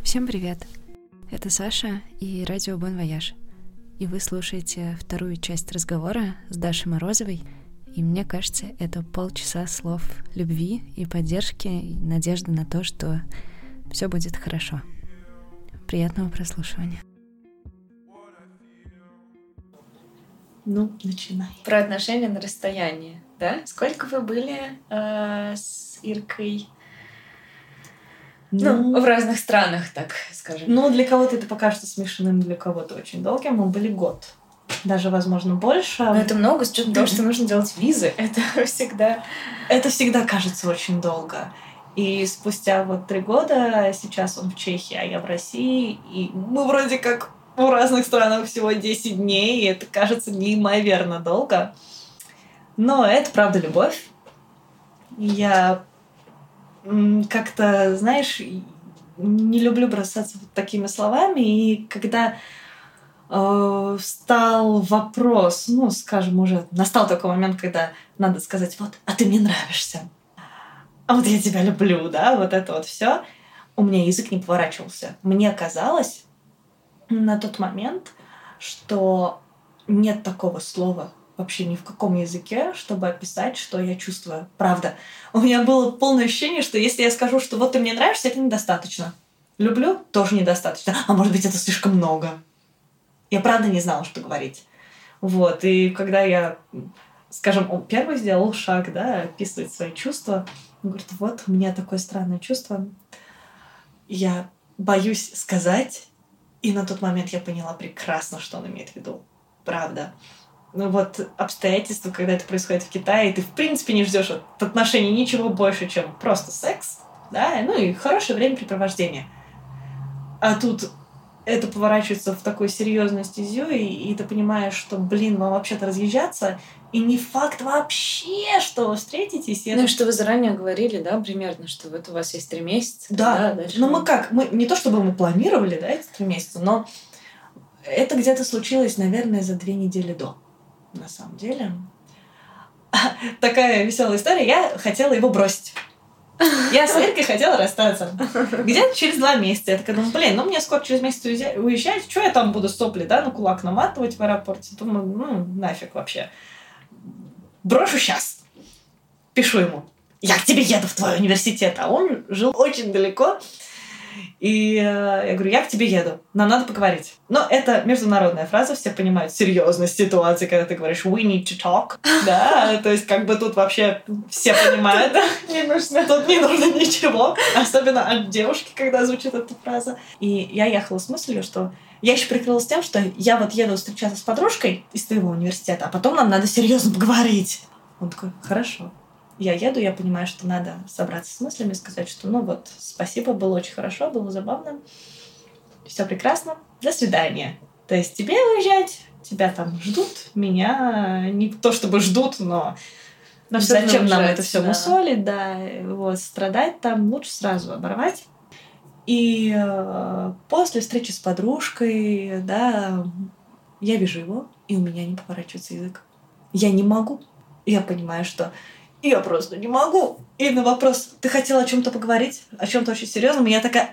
Всем привет! Это Саша и радио Bon Voyage. И вы слушаете вторую часть разговора с Дашей Морозовой. И мне кажется, это полчаса слов любви и поддержки, и надежды на то, что все будет хорошо. Приятного прослушивания. Ну, начинай. Про отношения на расстоянии, да? Сколько вы были с Иркой? Ну, в разных странах, так скажем. Ну, для кого-то это покажется смешанным, для кого-то очень долгим. Мы были год. Даже, возможно, больше. Но это много, с учетом того, что нужно делать визы. Это всегда... Это всегда кажется очень долго. И спустя 3 года, сейчас он в Чехии, а я в России, и мы вроде как в разных странах всего 10 дней, и это кажется неимоверно долго. Но это, правда, любовь. Я как-то, знаешь, не люблю бросаться такими словами, и когда встал вопрос, скажем, уже настал такой момент, когда надо сказать, а ты мне нравишься, а вот я тебя люблю, да, вот это вот все, у меня язык не поворачивался. Мне казалось на тот момент, что нет такого слова вообще ни в каком языке, чтобы описать, что я чувствую. Правда. У меня было полное ощущение, что если я скажу, что вот ты мне нравишься, это недостаточно. Люблю — тоже недостаточно. А может быть, это слишком много. Я правда не знала, что говорить. И когда я, скажем, он первый сделал шаг, да, описывать свои чувства, он говорит, у меня такое странное чувство. Я боюсь сказать. И на тот момент я поняла прекрасно, что он имеет в виду. Правда. Обстоятельства, когда это происходит в Китае, ты в принципе не ждешь от отношений ничего больше, чем просто секс, да, и хорошее времяпрепровождение. А тут это поворачивается в такую серьезную стезю, и ты понимаешь, что, вам вообще-то разъезжаться, и не факт вообще, что вы встретитесь. И что вы заранее говорили, да, примерно, что у вас есть 3 месяца. Да, мы не то чтобы мы планировали, да, эти 3 месяца, но это где-то случилось, наверное, за 2 недели до. На самом деле. Такая веселая история. Я хотела его бросить. Я с Иркой хотела расстаться. Где-то через 2 месяца. Я такая думаю, мне скоро через месяц уезжать. Что я там буду сопли, да, на кулак наматывать в аэропорте? Думаю, нафиг вообще. Брошу сейчас. Пишу ему. Я к тебе еду в твой университет. А он жил очень далеко. И я говорю, я к тебе еду, нам надо поговорить. Но это международная фраза, все понимают серьезность ситуации, когда ты говоришь we need to talk, да, то есть тут вообще все понимают, тут не нужно ничего, особенно от девушки, когда звучит эта фраза. И я ехала с мыслью, что я еще прикрылась тем, что я еду встречаться с подружкой из твоего университета, а потом нам надо серьезно поговорить. Он такой, хорошо. Я еду, я понимаю, что надо собраться с мыслями, сказать, что спасибо, было очень хорошо, было забавно, все прекрасно, до свидания. То есть тебе уезжать, тебя там ждут, меня не то чтобы ждут, но зачем нам это все мусолить, да, страдать там лучше сразу оборвать. И после встречи с подружкой, да, я вижу его, и у меня не поворачивается язык. Я не могу. Я понимаю, что я просто не могу. И на вопрос, ты хотела о чем-то поговорить? О чем-то очень серьезном? И я такая,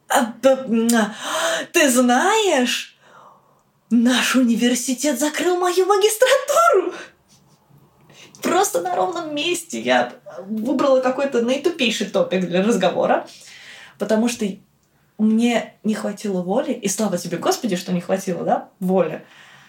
ты знаешь, наш университет закрыл мою магистратуру. Просто на ровном месте. Я выбрала какой-то наитупейший топик для разговора, потому что мне не хватило воли, и слава тебе, Господи, что не хватило, да, воли.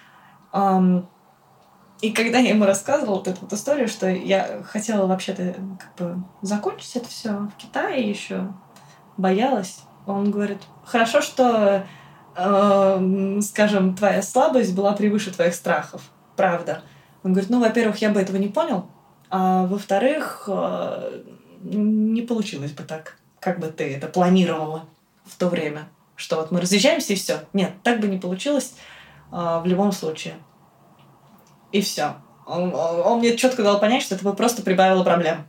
И когда я ему рассказывала эту историю, что я хотела вообще-то закончить это все в Китае еще, боялась, он говорит, хорошо, что, скажем, твоя слабость была превыше твоих страхов, правда. Он говорит, во-первых, я бы этого не понял, а во-вторых, не получилось бы так, как бы ты это планировала в то время, что мы разъезжаемся и все. Нет, так бы не получилось в любом случае. И все. Он мне четко дал понять, что это бы просто прибавило проблем.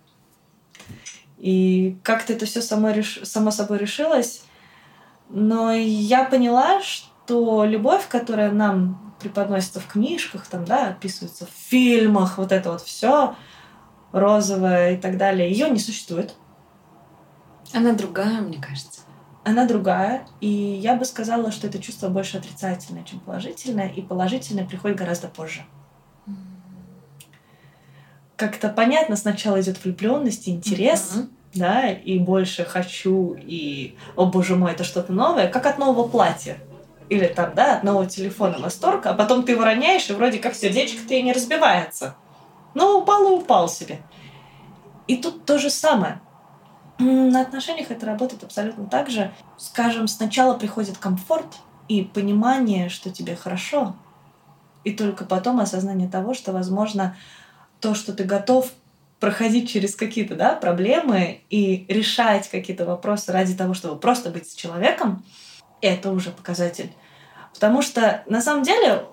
И как-то это все само собой решилось. Но я поняла, что любовь, которая нам преподносится в книжках, описывается в фильмах, это все розовое и так далее, ее не существует. Она другая, мне кажется. она другая, и я бы сказала, что это чувство больше отрицательное, чем положительное, и положительное приходит гораздо позже. Как-то понятно, сначала идет влюбленность и интерес, да, и больше хочу, и, о боже мой, это что-то новое, как от нового платья. Или там, да, от нового телефона восторг, а потом ты его роняешь, и вроде как сердечко-то и не разбивается. Ну, упал и упал себе. И тут то же самое. На отношениях это работает абсолютно так же. Скажем, сначала приходит комфорт и понимание, что тебе хорошо, и только потом осознание того, что, возможно, то, что ты готов проходить через какие-то, да, проблемы и решать какие-то вопросы ради того, чтобы просто быть с человеком, это уже показатель. Потому что, на самом деле,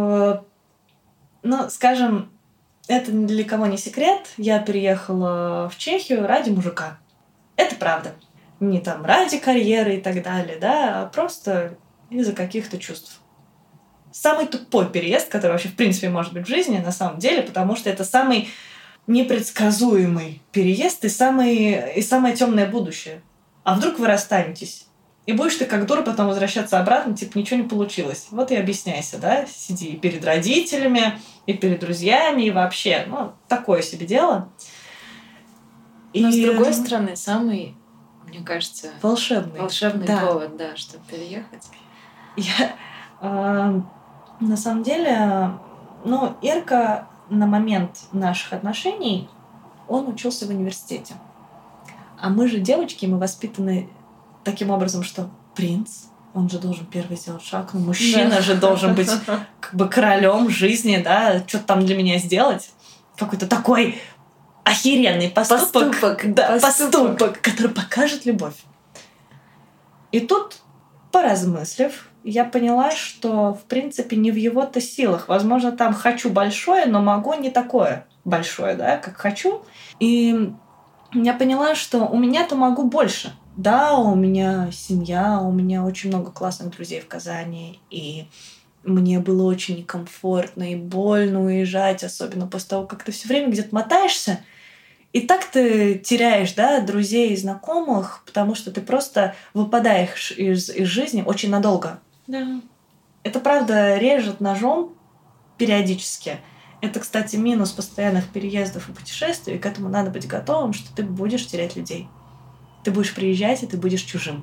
ну, скажем, это ни для кого не секрет. Я переехала в Чехию ради мужика. Это правда. Не там ради карьеры и так далее, да, а просто из-за каких-то чувств. Самый тупой переезд, который вообще в принципе может быть в жизни, на самом деле, потому что это самый непредсказуемый переезд и самое темное будущее. А вдруг вы расстанетесь? И будешь ты как дура потом возвращаться обратно, типа ничего не получилось. Вот и объясняйся, да? Сиди и перед родителями, и перед друзьями, и вообще. Ну, такое себе дело. Но с другой стороны, самый, мне кажется, волшебный повод, да, чтобы переехать. На самом деле, ну, Ирка на момент наших отношений, он учился в университете. А мы же девочки, мы воспитаны таким образом, что принц, он же должен первый сделать шаг, ну, мужчина же должен быть как бы королем жизни, да, что-то там для меня сделать. Какой-то такой охеренный поступок, который покажет любовь. И тут, поразмыслив, я поняла, что, в принципе, не в его-то силах. Возможно, там хочу большое, но могу не такое большое, да, как хочу. И я поняла, что у меня-то могу больше. Да, у меня семья, у меня очень много классных друзей в Казани, и мне было очень некомфортно и больно уезжать, особенно после того, как ты все время где-то мотаешься. И так ты теряешь, да, друзей и знакомых, потому что ты просто выпадаешь из жизни очень надолго. Да. Это, правда, режет ножом периодически. Это, кстати, минус постоянных переездов и путешествий. К этому надо быть готовым, что ты будешь терять людей. Ты будешь приезжать, и ты будешь чужим.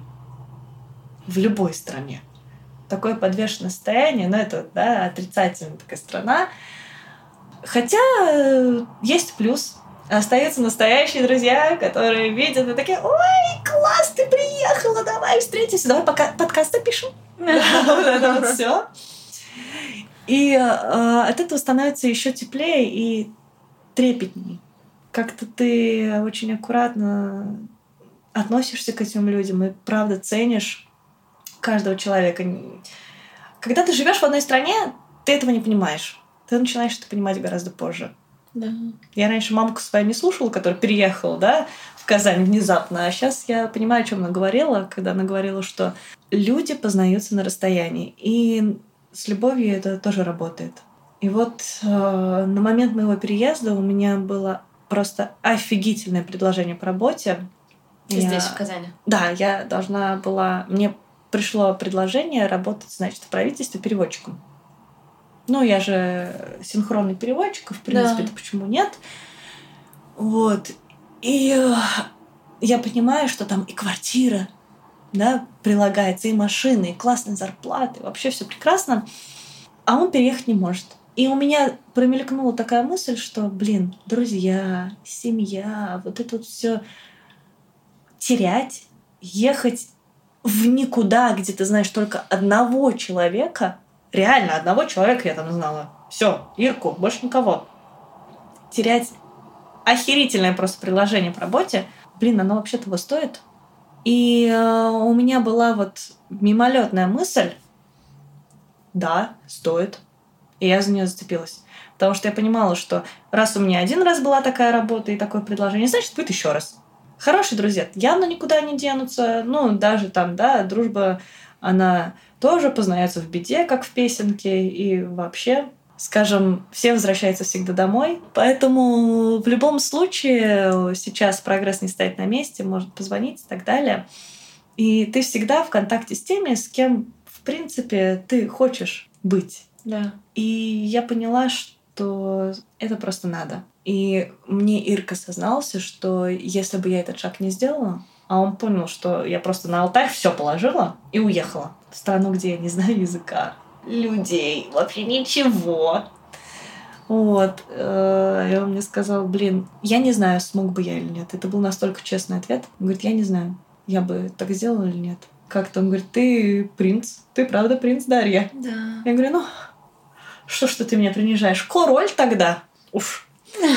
В любой стране. Такое подвешенное состояние, но это, да, отрицательная такая страна. Хотя есть плюс. Остаются настоящие друзья, которые видят и такие: ой, класс, ты приехала, давай встретимся, давай пока подкаст опишем. Это вот все. И от этого становится еще теплее и трепетней. Как-то ты очень аккуратно относишься к этим людям и правда ценишь каждого человека. Когда ты живешь в одной стране, ты этого не понимаешь. Ты начинаешь это понимать гораздо позже. Да. Я раньше мамку свою не слушала, которая переехала, да, в Казань внезапно, а сейчас я понимаю, о чем она говорила, когда она говорила, что люди познаются на расстоянии, и с любовью это тоже работает. И вот на момент моего переезда у меня было просто офигительное предложение по работе. Здесь, в Казани? Да, я должна была... Мне пришло предложение работать, значит, в правительстве переводчиком. Ну, я же синхронный переводчик, в принципе, да. Почему нет? Вот. И я понимаю, что там и квартира, да, прилагается, и машины, и классные зарплаты, вообще все прекрасно. А он переехать не может. И у меня промелькнула такая мысль, что, блин, друзья, семья, вот это вот все терять, ехать в никуда, где ты знаешь только одного человека. Реально, одного человека я там знала. Все, Ирку, больше никого. Терять охерительное просто приложение по работе. Блин, оно вообще того стоит. И у меня была вот мимолетная мысль. Да, стоит. И я за нее зацепилась. Потому что я понимала, что раз у меня один раз была такая работа и такое предложение, значит, будет еще раз. Хорошие друзья явно никуда не денутся. Ну, даже там, да, дружба, она тоже познается в беде, как в песенке. И вообще, скажем, все возвращаются всегда домой. Поэтому в любом случае сейчас прогресс не стоит на месте, может позвонить и так далее. И ты всегда в контакте с теми, с кем, в принципе, ты хочешь быть. Да. И я поняла, что это просто надо. И мне Ирка сознался, что если бы я этот шаг не сделала, а он понял, что я просто на алтарь все положила и уехала в страну, где я не знаю языка, людей, вообще ничего. Вот. И он мне сказал, блин, я не знаю, смог бы я или нет. Это был настолько честный ответ. Он говорит, я не знаю, я бы так сделала или нет. Как-то он говорит, ты принц, ты правда принц, Дарья. Да. Я говорю, ну, что ж ты меня принижаешь? Король тогда? Уж.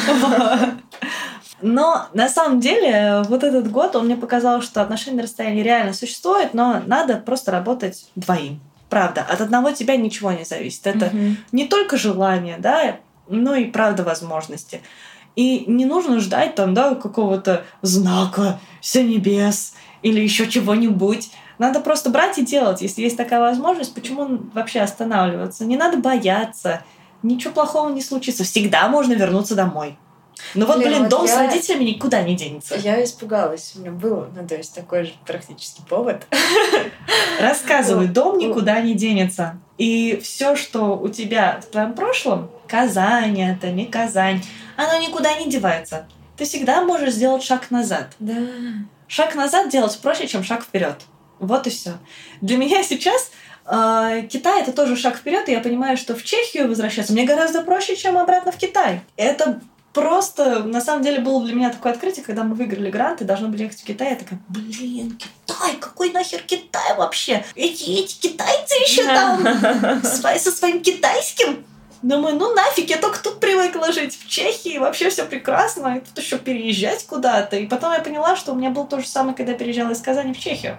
Но на самом деле вот этот год он мне показал, что отношения на расстоянии реально существуют, но надо просто работать двоим. Правда, от одного тебя ничего не зависит. Это не только желание, да, но и правда возможности. И не нужно ждать там, да, какого-то знака с небес или еще чего-нибудь. Надо просто брать и делать. Если есть такая возможность, почему вообще останавливаться? Не надо бояться. Ничего плохого не случится. Всегда можно вернуться домой. Ну вот, блин, дом с родителями никуда не денется. Я испугалась. У меня был, то есть такой же практически повод. Рассказывай, дом никуда не денется. И все, что у тебя в твоем прошлом, Казань это, не Казань, оно никуда не девается. Ты всегда можешь сделать шаг назад. Да. Шаг назад делать проще, чем шаг вперед. Вот и все. Для меня сейчас Китай — это тоже шаг вперед, и я понимаю, что в Чехию возвращаться мне гораздо проще, чем обратно в Китай. Это просто, на самом деле, было для меня такое открытие, когда мы выиграли грант и должны были ехать в Китай. Я такая, блин, Китай, какой нахер Китай вообще? Эти китайцы еще там со своим китайским. Думаю, ну нафиг, я только тут привыкла жить, в Чехии, вообще все прекрасно, и тут еще переезжать куда-то. И потом я поняла, что у меня было то же самое, когда я переезжала из Казани в Чехию.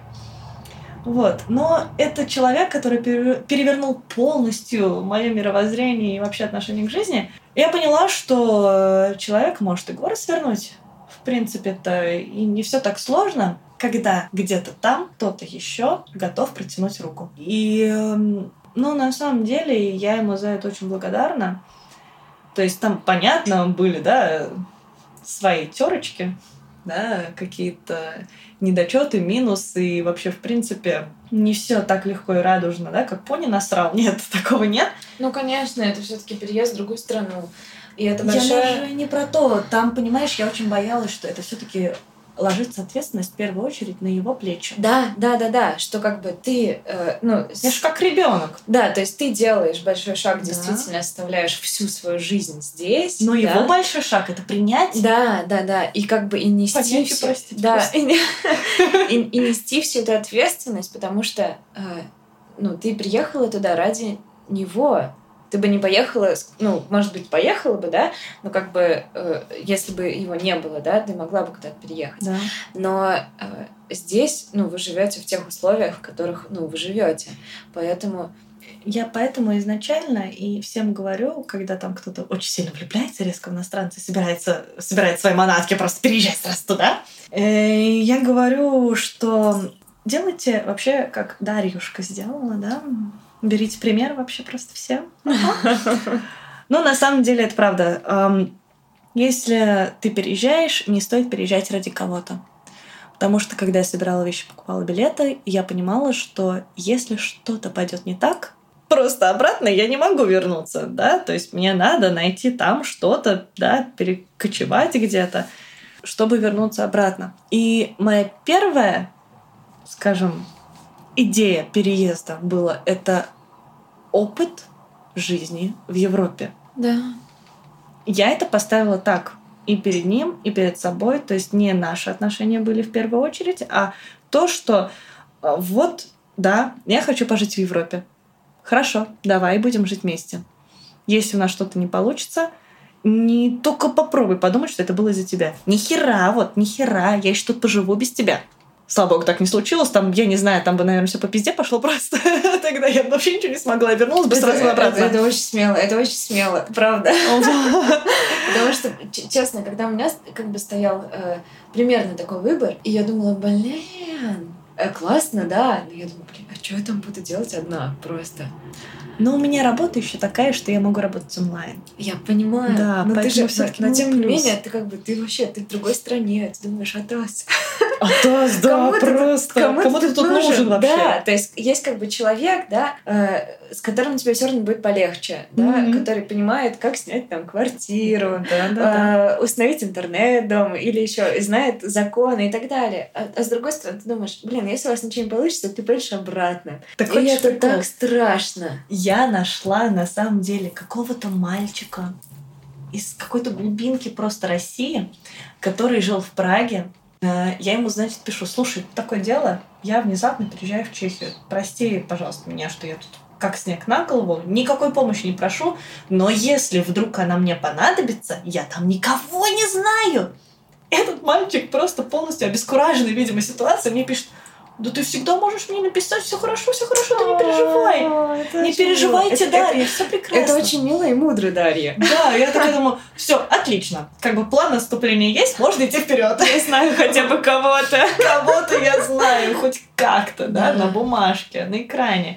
Вот. Но это человек, который перевернул полностью мое мировоззрение и вообще отношение к жизни. Я поняла, что человек может и горы свернуть. В принципе-то и не все так сложно, когда где-то там кто-то еще готов протянуть руку. И, на самом деле, я ему за это очень благодарна. То есть там, понятно, были, да, свои терочки, да, какие-то недочеты, минусы, и вообще, в принципе, не все так легко и радужно, да, как пони насрал. Нет, такого нет. Ну, конечно, это все-таки переезд в другую страну. И это большая... Я даже не про то. Там, понимаешь, я очень боялась, что это все-таки ложится ответственность в первую очередь на его плечи. Да, что как бы ты... Я же как ребенок. Да, то есть ты делаешь большой шаг, действительно оставляешь всю свою жизнь здесь. Но его большой шаг — это принять. Да. И как бы и нести и нести всю эту ответственность, потому что ты приехала туда ради него. Ты бы не поехала, может быть, поехала бы, да, но как бы, если бы его не было, да, ты могла бы куда-то переехать. Да. Но здесь, вы живете в тех условиях, в которых, вы живете. Поэтому... Я поэтому изначально и всем говорю, когда там кто-то очень сильно влюбляется резко в иностранца и собирает свои манатки, просто переезжай сразу туда. Я говорю, что делайте вообще, как Дарьюшка сделала, да, берите пример вообще просто все. Ну, на самом деле, это правда. Если ты переезжаешь, не стоит переезжать ради кого-то. Потому что, когда я собирала вещи, покупала билеты, я понимала, что если что-то пойдет не так, просто обратно я не могу вернуться, да, то есть мне надо найти там что-то, да, перекочевать где-то, чтобы вернуться обратно. И моя первая, скажем, идея переезда была это опыт жизни в Европе. Да. Я это поставила так и перед ним, и перед собой. То есть не наши отношения были в первую очередь, а то, что вот, да, я хочу пожить в Европе. Хорошо, давай будем жить вместе. Если у нас что-то не получится, не только попробуй подумать, что это было из-за тебя. Ни хера, я еще тут поживу без тебя. Слава богу, так не случилось. Там, я не знаю, там бы, наверное, все по пизде пошло просто. Тогда я вообще ничего не смогла. Я вернулась бы сразу обратно. Это очень смело, правда. Потому что, честно, когда у меня как бы стоял примерно такой выбор, и я думала, блин, классно, да. Но я думаю, а что я там буду делать одна просто? Но у меня работа еще такая, что я могу работать онлайн. Я понимаю. Да, но ты же все-таки. Но тем не менее, ты в другой стране, ты думаешь, Атас. Атас, да, просто. Кому ты тут нужен вообще? Да, то есть есть как бы человек, да, с которым тебе все равно будет полегче, да, который понимает, как снять там квартиру, установить интернет дома или еще знает законы и так далее. А с другой стороны, ты думаешь, блин, если у вас ничего не получится, ты пойдешь обратно. Так и это так страшно. Я нашла на самом деле какого-то мальчика из какой-то глубинки просто России, который жил в Праге. Я ему, значит, пишу: слушай, такое дело, я внезапно переезжаю в Чехию. Прости, пожалуйста, меня, что я тут как снег на голову. Никакой помощи не прошу, но если вдруг она мне понадобится, я там никого не знаю. Этот мальчик просто полностью обескураженный, видимо, ситуацией, мне пишет: да ты всегда можешь мне написать, все хорошо, ты не переживай. Не переживайте, Дарья, все прекрасно. Это очень мило и мудро, Дарья. Да, я такая думаю, все, отлично. Как бы план наступления есть, можно идти вперед. Я знаю хотя бы кого-то. Кого-то я знаю, хоть как-то, да, на бумажке, на экране.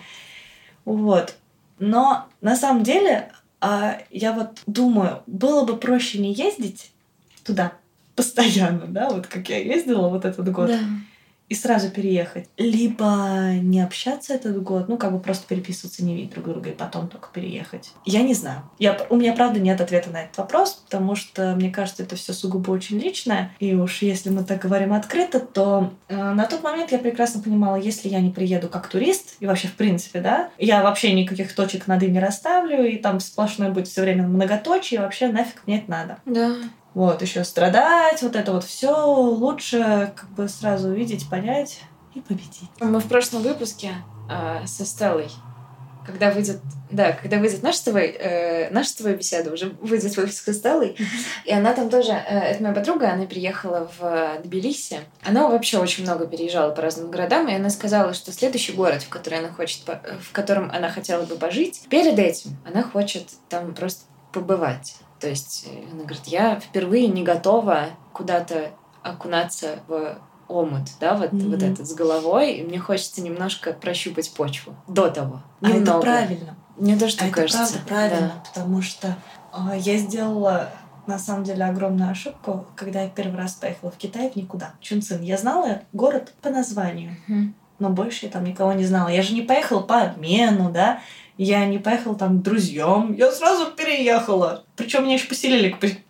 Вот. Но на самом деле я вот думаю, было бы проще не ездить туда постоянно, да, вот как я ездила вот этот год. Да. И сразу переехать. Либо не общаться этот год, ну, как бы просто переписываться, не видеть друг друга, и потом только переехать. Я не знаю. У меня, правда, нет ответа на этот вопрос, потому что, мне кажется, это все сугубо очень личное. И уж если мы так говорим открыто, то на тот момент я прекрасно понимала, если я не приеду как турист, и вообще, в принципе, да, я вообще никаких точек над «и» не расставлю, и там сплошное будет все время многоточие, и вообще нафиг мне это надо. Да. Вот, еще страдать, вот это вот все лучше как бы сразу увидеть, понять и победить. Мы в прошлом выпуске со Стеллой, когда выйдет наша с тобой беседа, уже выйдет выпуск со Стеллой, и она там тоже, это моя подруга, она приехала в Тбилиси. Она вообще очень много переезжала по разным городам, и она сказала, что следующий город, в котором она хотела бы пожить, перед этим она хочет там просто побывать. То есть она говорит, я впервые не готова куда-то окунаться в омут, да, вот этот с головой, и мне хочется немножко прощупать почву до того. Немного. Это правильно. Мне тоже так кажется. Это правда правильно, да. Потому что я сделала, на самом деле, огромную ошибку, когда я первый раз поехала в Китай в никуда. Чунцин. Я знала город по названию, но больше я там никого не знала. Я же не поехала по обмену, да, я не поехала там к друзьям, я сразу переехала. Причем меня еще поселили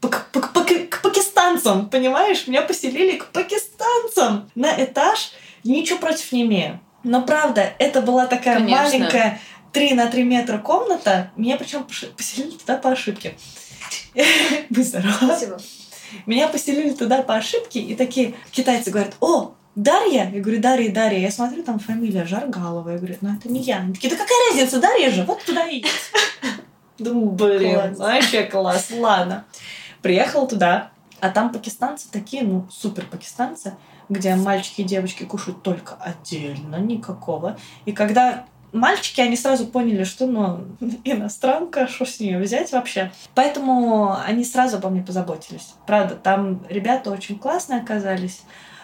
к пакистанцам, понимаешь? Меня поселили к пакистанцам на этаж. Ничего против не имею. Но правда, это была такая маленькая 3 на 3 метра комната. Меня причем поселили туда по ошибке. Будь здорова. Спасибо. Меня поселили туда по ошибке, и такие китайцы говорят: о, Дарья? Я говорю, Дарья. Я смотрю, там фамилия Жаргалова. Я говорю, ну это не я. Они такие, да какая разница, Дарья же, вот туда и есть. Думаю, блин, вообще класс, ладно. Приехала туда, а там пакистанцы такие, ну, супер пакистанцы, где мальчики и девочки кушают только отдельно, никакого. И когда мальчики, они сразу поняли, что, ну, иностранка, что с нее взять вообще. Поэтому они сразу обо мне позаботились. Правда, там ребята очень классные оказались.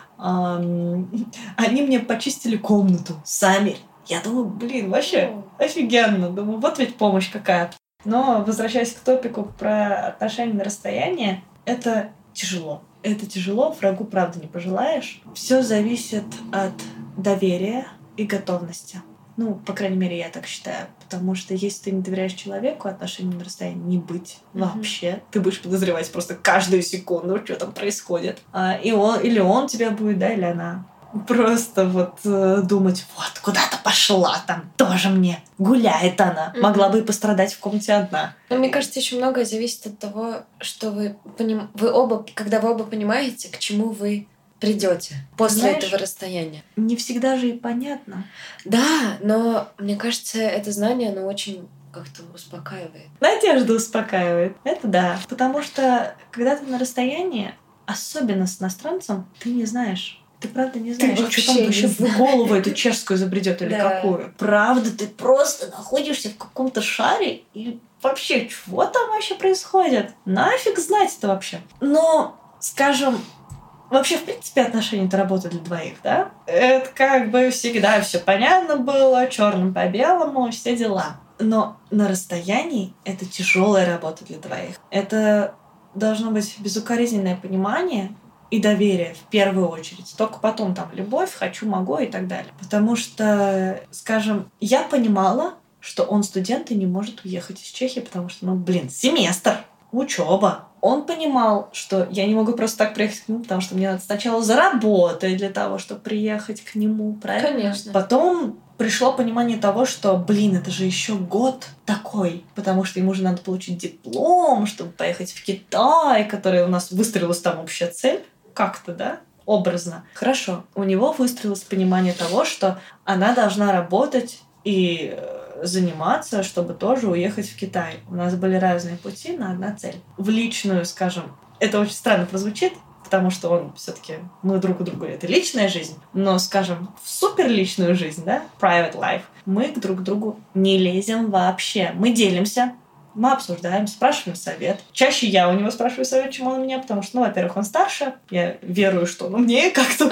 Они мне почистили комнату сами. Я думаю, блин, вообще офигенно. Думаю, вот ведь помощь какая-то. Но, возвращаясь к топику про отношения на расстоянии, это тяжело. Это тяжело, врагу, правда, не пожелаешь. Все зависит от доверия и готовности. Ну, по крайней мере, я так считаю. Потому что если ты не доверяешь человеку, отношений на расстоянии не быть вообще. Ты будешь подозревать просто каждую секунду, что там происходит. Или он тебя будет, да, или она. Просто вот думать, вот, куда-то пошла там, тоже мне гуляет она. Могла бы и пострадать в комнате одна. Но мне кажется, еще многое зависит от того, что когда вы оба понимаете, к чему вы придете после этого расстояния. Не всегда же и понятно. Да, но мне кажется, это знание, оно очень как-то успокаивает. Надежда успокаивает. Это да. Потому что когда ты на расстоянии, особенно с иностранцем, ты не знаешь. Ты правда не знаешь, что там вообще в голову эту чешскую забредет или какую. Правда, ты просто находишься в каком-то шаре и вообще, чего там вообще происходит? Нафиг знать это вообще. Но, скажем, вообще, в принципе, отношения-то работают для двоих, да? Это как бы всегда все понятно было, черным по белому, все дела. Но на расстоянии это тяжелая работа для двоих. Это должно быть безукоризненное понимание и доверие в первую очередь. Только потом там любовь, хочу, могу и так далее. Потому что, скажем, я понимала, что он студент и не может уехать из Чехии, потому что, семестр, учеба. Он понимал, что я не могу просто так приехать к нему, потому что мне надо сначала заработать для того, чтобы приехать к нему, правильно? Конечно. Потом пришло понимание того, что, это же еще год такой, потому что ему же надо получить диплом, чтобы поехать в Китай, который у нас выстроилась там общая цель, как-то, да, образно. Хорошо, у него выстроилось понимание того, что она должна работать и заниматься, чтобы тоже уехать в Китай. У нас были разные пути на одна цель. В личную, скажем, это очень странно прозвучит, потому что он все-таки мы друг у друга, это личная жизнь, но, скажем, в суперличную жизнь, да, private life, мы к друг другу не лезем вообще. Мы делимся, мы обсуждаем, спрашиваем совет. Чаще я у него спрашиваю совет, чем он у меня, потому что, во-первых, он старше, я верую, что он умнее как-то,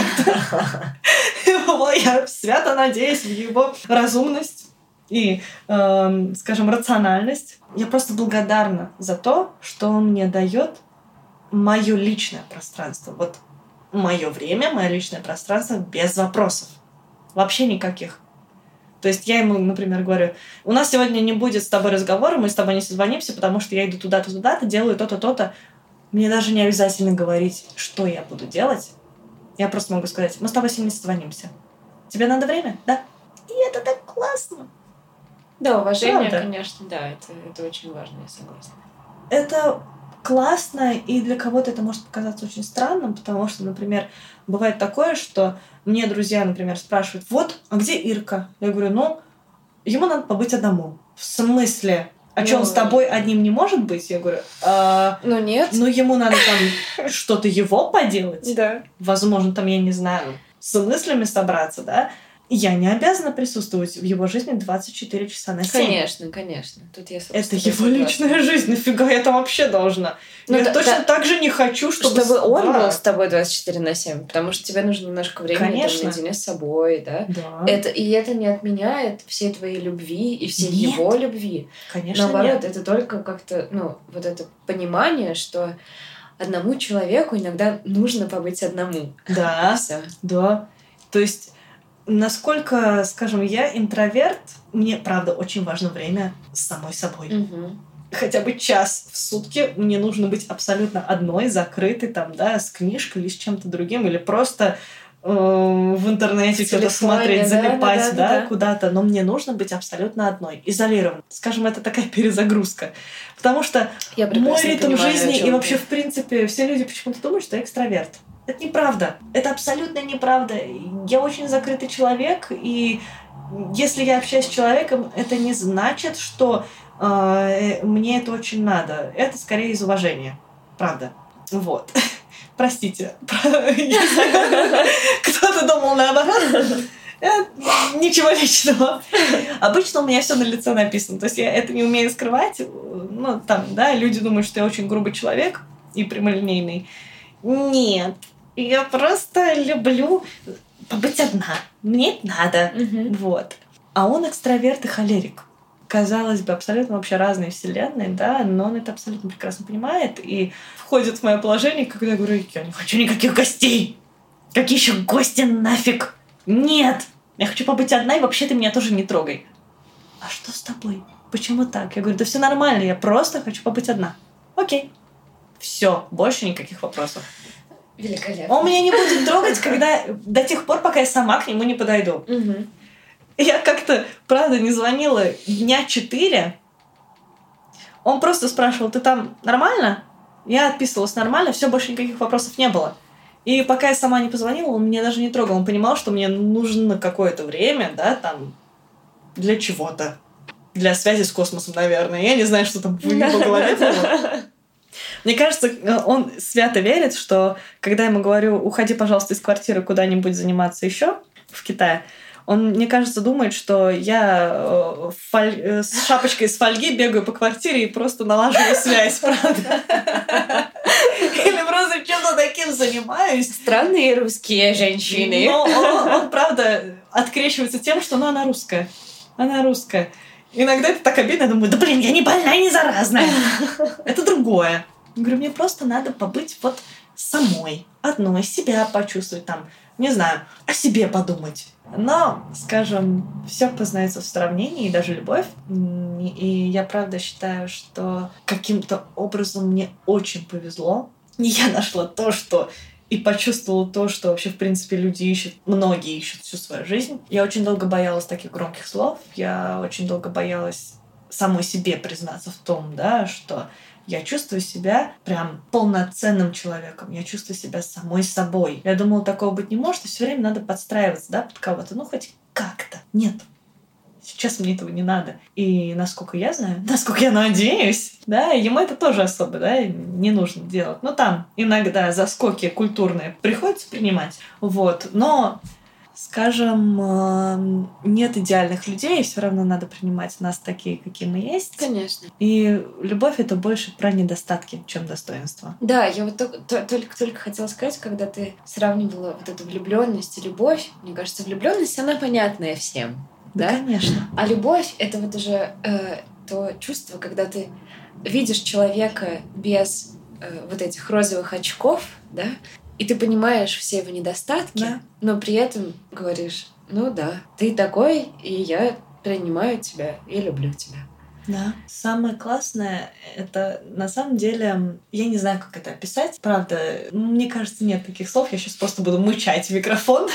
я свято надеюсь в его разумность и, скажем, рациональность. Я просто благодарна за то, что он мне дает мое личное пространство. Вот мое время, мое личное пространство без вопросов. Вообще никаких. То есть я ему, например, говорю, у нас сегодня не будет с тобой разговора, мы с тобой не созвонимся, потому что я иду туда-то, туда-то, делаю то-то, то-то. Мне даже не обязательно говорить, что я буду делать. Я просто могу сказать, мы с тобой сегодня не созвонимся. Тебе надо время? Да. И это так классно. Да, уважение, Правда? конечно, да, это очень важно, я согласна. Это классно, и для кого-то это может показаться очень странным, потому что, например, бывает такое, что мне друзья, например, спрашивают, вот, а где Ирка? Я говорю, ему надо побыть одному. В смысле? А что, он с тобой одним не может быть? Я говорю, нет. Ему надо там что-то его поделать. Да. Возможно, там, я не знаю, с мыслями собраться, да? Я не обязана присутствовать в его жизни 24 часа на 7. Конечно. Тут я это его личная жизнь. Нафига я там вообще должна? Я точно так же не хочу, чтобы он был с тобой 24/7, потому что тебе нужно немножко времени там, наедине с собой, да? Да. И это не отменяет всей твоей любви и всей его любви. Конечно, наоборот, это только как-то, вот это понимание, что одному человеку иногда нужно побыть одному. Да. Всё. Да. То есть насколько, скажем, я интроверт, мне, правда, очень важно время с самой собой. Угу. Хотя бы час в сутки мне нужно быть абсолютно одной, закрытой там, да, с книжкой или с чем-то другим, или просто в интернете что-то смотреть, залипать, да, куда-то. Но мне нужно быть абсолютно одной, изолированной. Скажем, это такая перезагрузка. Потому что мой ритм жизни и вообще, в принципе, все люди почему-то думают, что я экстраверт. Это неправда. Это абсолютно неправда. Я очень закрытый человек, и если я общаюсь с человеком, это не значит, что мне это очень надо. Это скорее из уважения. Правда. Вот. Простите. Кто-то думал наоборот. Ничего личного. Обычно у меня все на лице написано. То есть я это не умею скрывать. Люди думают, что я очень грубый человек и прямолинейный. Нет. Я просто люблю побыть одна. Мне это надо. Вот. А он экстраверт и холерик. Казалось бы, абсолютно вообще разные вселенные, да, но он это абсолютно прекрасно понимает и входит в мое положение, когда я говорю, я не хочу никаких гостей. Какие еще гости нафиг? Нет. Я хочу побыть одна, и вообще ты меня тоже не трогай. А что с тобой? Почему так? Я говорю, да все нормально, я просто хочу побыть одна. Окей. Все, больше никаких вопросов. Великолепно. Он меня не будет трогать, до тех пор, пока я сама к нему не подойду. Угу. Я как-то, правда, не звонила дня 4. Он просто спрашивал, ты там нормально? Я отписывалась нормально, все, больше никаких вопросов не было. И пока я сама не позвонила, он меня даже не трогал. Он понимал, что мне нужно какое-то время, да, там, для чего-то. Для связи с космосом, наверное. Я не знаю, что там в его голове было. Мне кажется, он свято верит, что когда я ему говорю, уходи, пожалуйста, из квартиры куда-нибудь заниматься еще в Китае, он, мне кажется, думает, что я с шапочкой из фольги бегаю по квартире и просто налаживаю связь, правда? Или просто чем-то таким занимаюсь. Странные русские женщины. Но он, правда, открещивается тем, что она русская. Она русская. Иногда это так обидно. Я думаю, да блин, я не больная, не заразная. Это другое. Я говорю, мне просто надо побыть вот самой, одной, себя почувствовать, там, не знаю, о себе подумать. Но, скажем, все познается в сравнении, и даже любовь. И я правда считаю, что каким-то образом мне очень повезло. И я нашла то, что... И почувствовала то, что вообще, в принципе, люди ищут, многие ищут всю свою жизнь. Я очень долго боялась таких громких слов. Я очень долго боялась самой себе признаться в том, да, что я чувствую себя прям полноценным человеком. Я чувствую себя самой собой. Я думала, такого быть не может, и все время надо подстраиваться, да, под кого-то. Ну, хоть как-то. Нет. Сейчас мне этого не надо. И насколько я знаю, насколько я надеюсь, да, ему это тоже особо, да, не нужно делать. Ну, там иногда заскоки культурные приходится принимать. Вот. Но, скажем, нет идеальных людей, все равно надо принимать нас такие, какие мы есть. Конечно. И любовь — это больше про недостатки, чем достоинство. Да, я вот только хотела сказать, когда ты сравнивала вот эту влюбленность и любовь, мне кажется, влюбленность она понятная всем. Да, конечно. А любовь — это вот уже то чувство, когда ты видишь человека без вот этих розовых очков, да, и ты понимаешь все его недостатки, да. Но при этом говоришь, ну да, ты такой, и я принимаю тебя и люблю тебя. Да. Самое классное — это на самом деле... Я не знаю, как это описать. Правда, мне кажется, нет таких слов. Я сейчас просто буду мычать в микрофон.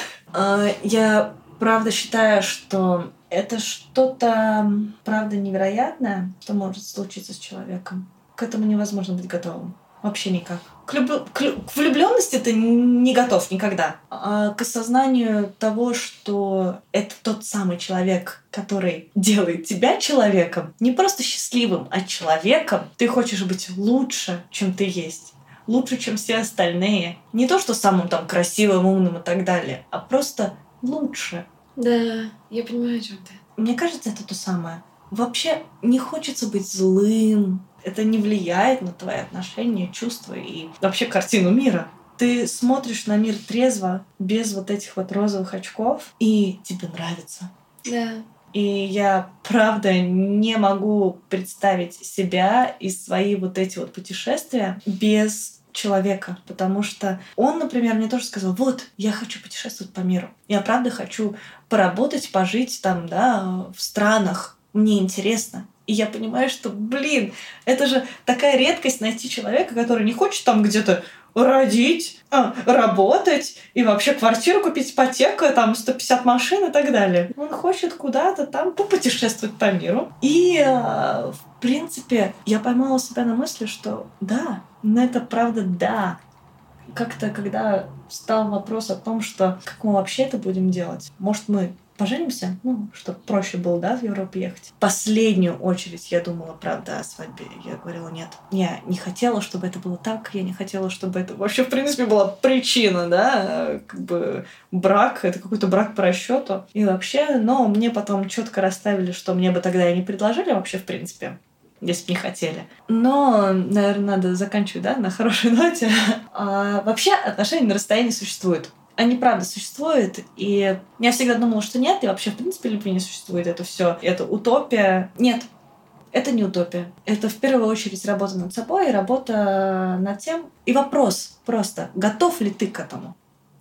Я правда считаю, что это что-то, правда, невероятное, что может случиться с человеком. К этому невозможно быть готовым. Вообще никак. К влюбленности ты не готов никогда. А к осознанию того, что это тот самый человек, который делает тебя человеком, не просто счастливым, а человеком. Ты хочешь быть лучше, чем ты есть. Лучше, чем все остальные. Не то, что самым там красивым, умным и так далее, а просто лучше. Да, я понимаю, о чем ты. Мне кажется, это то самое. Вообще не хочется быть злым. Это не влияет на твои отношения, чувства и вообще картину мира. Ты смотришь на мир трезво, без вот этих вот розовых очков, и тебе нравится. Да. И я, правда, не могу представить себя и свои вот эти вот путешествия без человека, потому что он, например, мне тоже сказал, вот, я хочу путешествовать по миру. Я, правда, хочу поработать, пожить там, да, в странах. Мне интересно. И я понимаю, что, блин, это же такая редкость найти человека, который не хочет там где-то родить, работать и вообще квартиру купить, ипотека, там 150 машин и так далее. Он хочет куда-то там попутешествовать по миру. И, в принципе, я поймала себя на мысли, что да, но это правда да. Как-то, когда встал вопрос о том, что как мы вообще это будем делать, может, мы поженимся, чтобы проще было, да, в Европу ехать. В последнюю очередь я думала, правда, о свадьбе. Я говорила, нет. Я не хотела, чтобы это было так. Я не хотела, чтобы это вообще, в принципе, была причина, да, как бы брак. Это какой-то брак по расчету. И вообще, но мне потом четко расставили, что мне бы тогда и не предложили вообще, в принципе, если бы не хотели. Но, наверное, надо заканчивать, да, на хорошей ноте. Вообще отношения на расстоянии существуют. Они правда существуют, и я всегда думала, что нет, и вообще, в принципе, любви не существует. Это все, это утопия. Нет, это не утопия. Это в первую очередь работа над собой, работа над тем. И вопрос просто, готов ли ты к этому?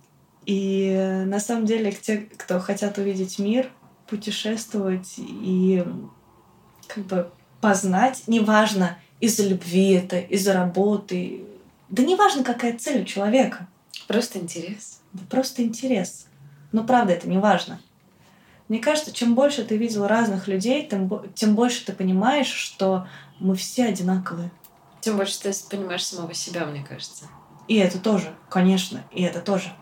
И на самом деле, те, кто хотят увидеть мир, путешествовать и как бы познать, неважно, из-за любви это, из-за работы, да неважно, какая цель у человека. Просто интерес. Да просто интерес. Но правда, это не важно. Мне кажется, чем больше ты видел разных людей, тем больше ты понимаешь, что мы все одинаковые. Тем больше ты понимаешь самого себя, мне кажется. И это тоже, конечно, и это тоже.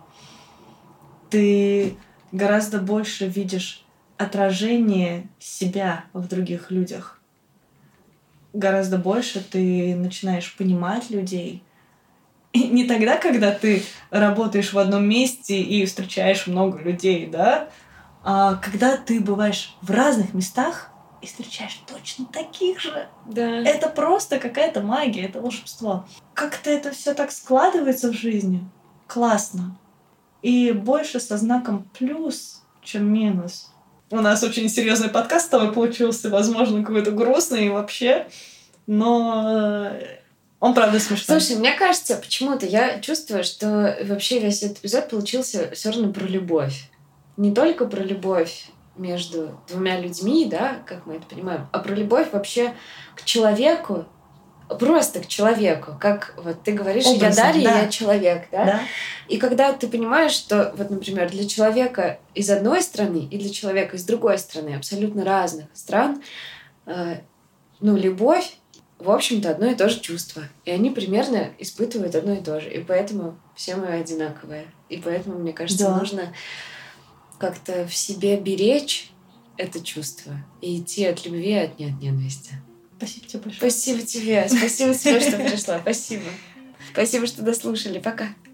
Ты гораздо больше видишь отражение себя в других людях. Гораздо больше ты начинаешь понимать людей. И не тогда, когда ты работаешь в одном месте и встречаешь много людей, да, а когда ты бываешь в разных местах и встречаешь точно таких же. Да. Это просто какая-то магия, это волшебство. Как-то это все так складывается в жизни. Классно. И больше со знаком плюс, чем минус. У нас очень серьезный подкаст с тобой получился, возможно, какой-то грустный вообще, но Он правда смешной. Слушай, мне кажется, почему-то я чувствую, что вообще весь этот эпизод получился все равно про любовь. Не только про любовь между двумя людьми, да, как мы это понимаем, а про любовь вообще к человеку, просто к человеку. Как вот ты говоришь, Образно, я Дарья, да. я человек, да? Да. И когда ты понимаешь, что, вот, например, для человека из одной страны и для человека из другой страны, абсолютно разных стран, любовь, в общем-то, одно и то же чувство. И они примерно испытывают одно и то же. И поэтому все мы одинаковые. И поэтому, мне кажется, нужно как-то в себе беречь это чувство и идти от любви, а не от ненависти. Спасибо тебе большое. Спасибо тебе. Спасибо тебе, что пришла. Спасибо. Спасибо, что дослушали. Пока.